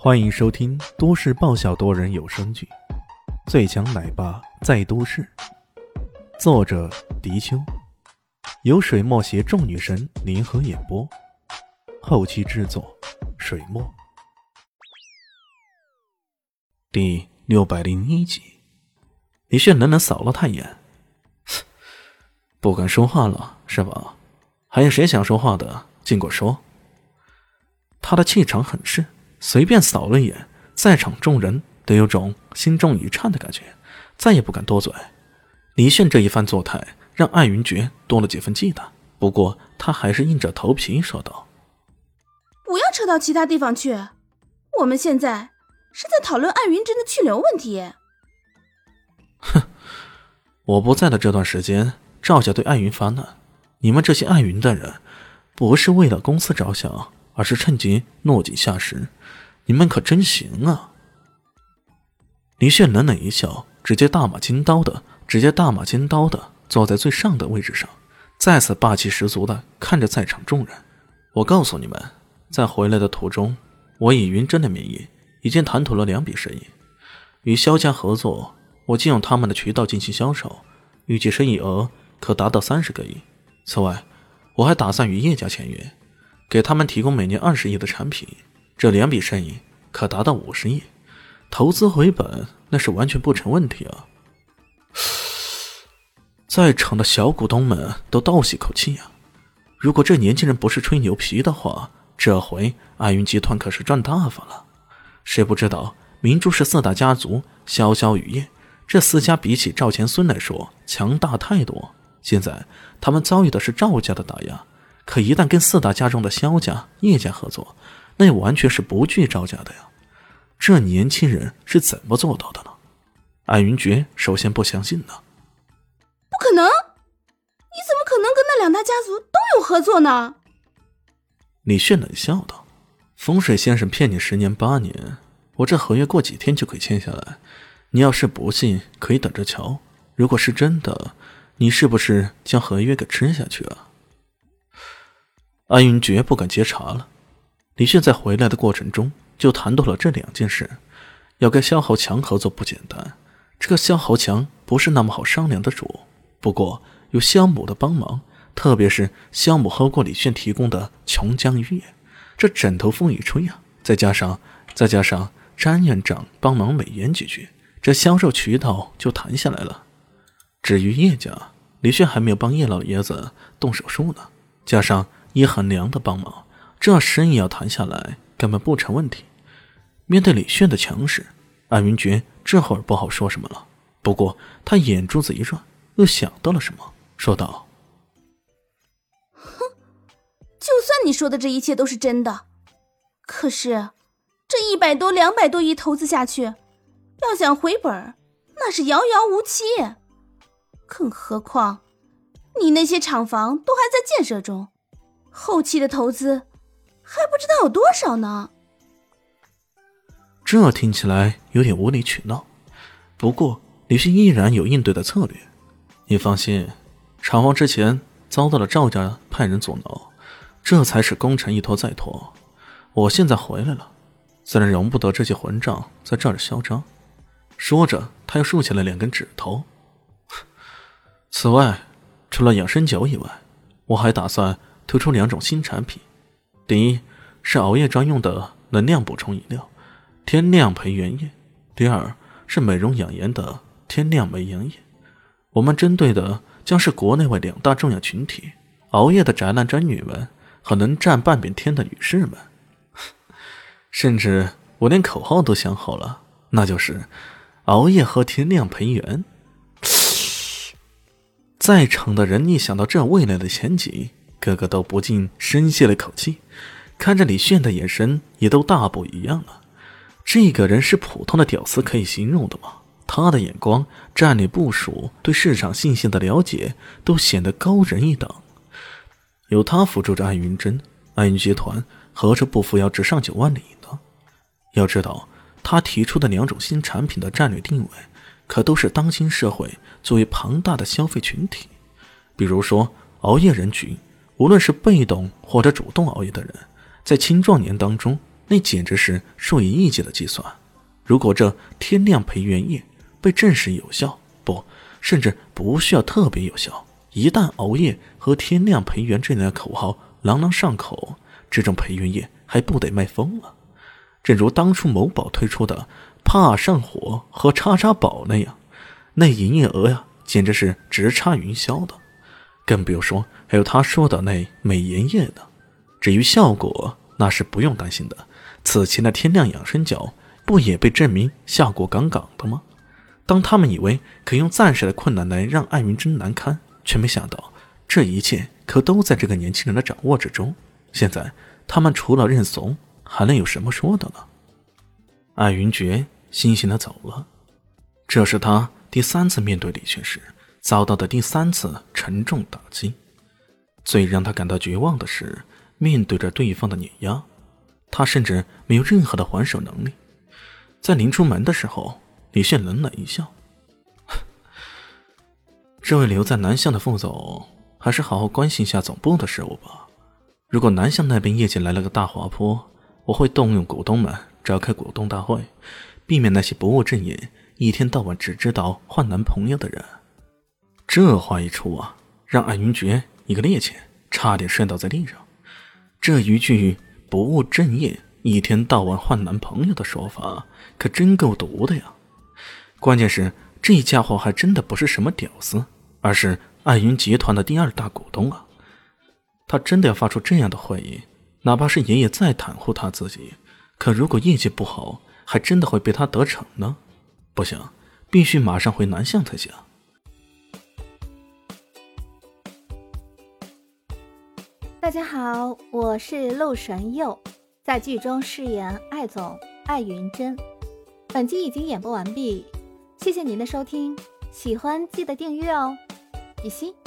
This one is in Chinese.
欢迎收听都市爆笑多人有声剧《最强奶爸在都市》，作者：迪秋，由水墨携众女神联合演播，后期制作：水墨。第601集，李炫冷冷扫了他一眼，不敢说话了是吧？还有谁想说话的，尽管说。他的气场很是，随便扫了一眼，在场众人都有种心中一颤的感觉，再也不敢多嘴。李炫这一番作态让艾云珏多了几分忌惮，不过他还是硬着头皮说道： 不要扯到其他地方去，我们现在是在讨论艾云真的去留问题。 哼，我不在的这段时间，赵家对艾云发难，你们这些艾云的人不是为了公司着想，而是趁机落井下石，你们可真行啊！李炫冷冷一笑，直接大马金刀的坐在最上的位置上，再次霸气十足的看着在场众人。我告诉你们，在回来的途中，我以云真的名义已经谈妥了2笔生意，与萧家合作，我借用他们的渠道进行销售，预计生意额可达到30个亿。此外，我还打算与叶家签约，给他们提供每年20亿的产品，这2笔生意可达到50亿，投资回本那是完全不成问题啊！在场的小股东们都倒吸口气啊！如果这年轻人不是吹牛皮的话，这回艾云集团可是赚大发了。谁不知道明珠是4大家族，潇潇雨夜这4家比起赵钱孙来说强大太多，现在他们遭遇的是赵家的打压，可一旦跟4大家中的萧家、叶家合作，那完全是不惧赵家的呀。这年轻人是怎么做到的呢？艾云珏首先不相信呢。 不可能，你怎么可能跟那2大家族都有合作呢？ 李炫冷笑道：风水先生骗你10年8年，我这合约过几天就可以签下来，你要是不信可以等着瞧，如果是真的，你是不是将合约给吃下去啊？艾云珏不敢接茬了。李炫在回来的过程中就谈到了这2件事，要跟萧豪强合作不简单，这个萧豪强不是那么好商量的主，不过有萧母的帮忙，特别是萧母喝过李炫提供的琼浆玉液，这枕头风一吹啊，再加上詹院长帮忙美言几句，这销售渠道就谈下来了。至于叶家，李炫还没有帮叶老爷子动手术呢，加上叶恒良的帮忙，这生意要谈下来根本不成问题。面对李炫的强势，艾云珏这会儿不好说什么了，不过他眼珠子一转，又想到了什么，说道： 哼，就算你说的这一切都是真的，可是这100多200多亿投资下去，要想回本那是遥遥无期，更何况你那些厂房都还在建设中，后期的投资还不知道有多少呢。 这听起来有点无理取闹，不过李迅依然有应对的策略。你放心，厂房之前遭到了赵家派人阻挠，这才使工程一拖再拖。我现在回来了，自然容不得这些混账在这儿嚣张。说着他又竖起了2根指头。此外，除了养生酒以外，我还打算推出2种新产品。第一是熬夜专用的能量补充饮料天亮培元液，第二是美容养颜的天亮美颜液。我们针对的将是国内外2大重要群体，熬夜的宅男宅女们和能站半边天的女士们。甚至我连口号都想好了，那就是熬夜喝天亮培元。在场的人一想到这未来的前景，个个都不禁深吸了口气，看着李炫的眼神也都大不一样了。这个人是普通的屌丝可以形容的吗？他的眼光、战略部署、对市场信息的了解都显得高人一等。有他辅助着艾云珍，艾云集团何愁不扶摇直上9万里呢？要知道他提出的2种新产品的战略定位可都是当今社会最为庞大的消费群体。比如说熬夜人群，无论是被动或者主动熬夜的人，在青壮年当中那简直是数以亿计的计算。如果这天亮培元液被证实有效，甚至不需要特别有效，一旦熬夜和天亮培元这类的口号朗朗上口，这种培元液还不得卖疯了？正如当初某宝推出的怕上火和叉叉宝那样，那营业额呀，简直是直插云霄的。更不用说还有他说的那美颜液的。至于效果，那是不用担心的。此前的天亮养生脚不也被证明效果杠杠的吗？当他们以为可以用暂时的困难来让艾云真难堪，却没想到这一切可都在这个年轻人的掌握之中。现在他们除了认怂，还能有什么说的呢？艾云珏悻悻地走了。这是他第3次面对李轩时遭到的第3次沉重打击。最让他感到绝望的是，面对着对方的碾压，他甚至没有任何的还手能力。在临出门的时候，李炫冷冷一笑：这位留在南向的副总，还是好好关心一下总部的事务吧。如果南向那边业绩来了个大滑坡，我会动用股东们召开股东大会，避免那些不务正业一天到晚只知道换男朋友的人。这话一出啊，让艾云珏一个趔趄，差点摔倒在地上。这一句不务正业一天到晚换男朋友的说法可真够毒的呀。关键是这家伙还真的不是什么屌丝，而是艾云集团的第2大股东啊。他真的要发出这样的会议，哪怕是爷爷再袒护他自己，可如果业绩不好，还真的会被他得逞呢？不行，必须马上回南向才行。 大家好，我是陆神佑，在剧中饰演艾总艾云珍。本集已经演播完毕，谢谢您的收听，喜欢记得订阅哦，比心。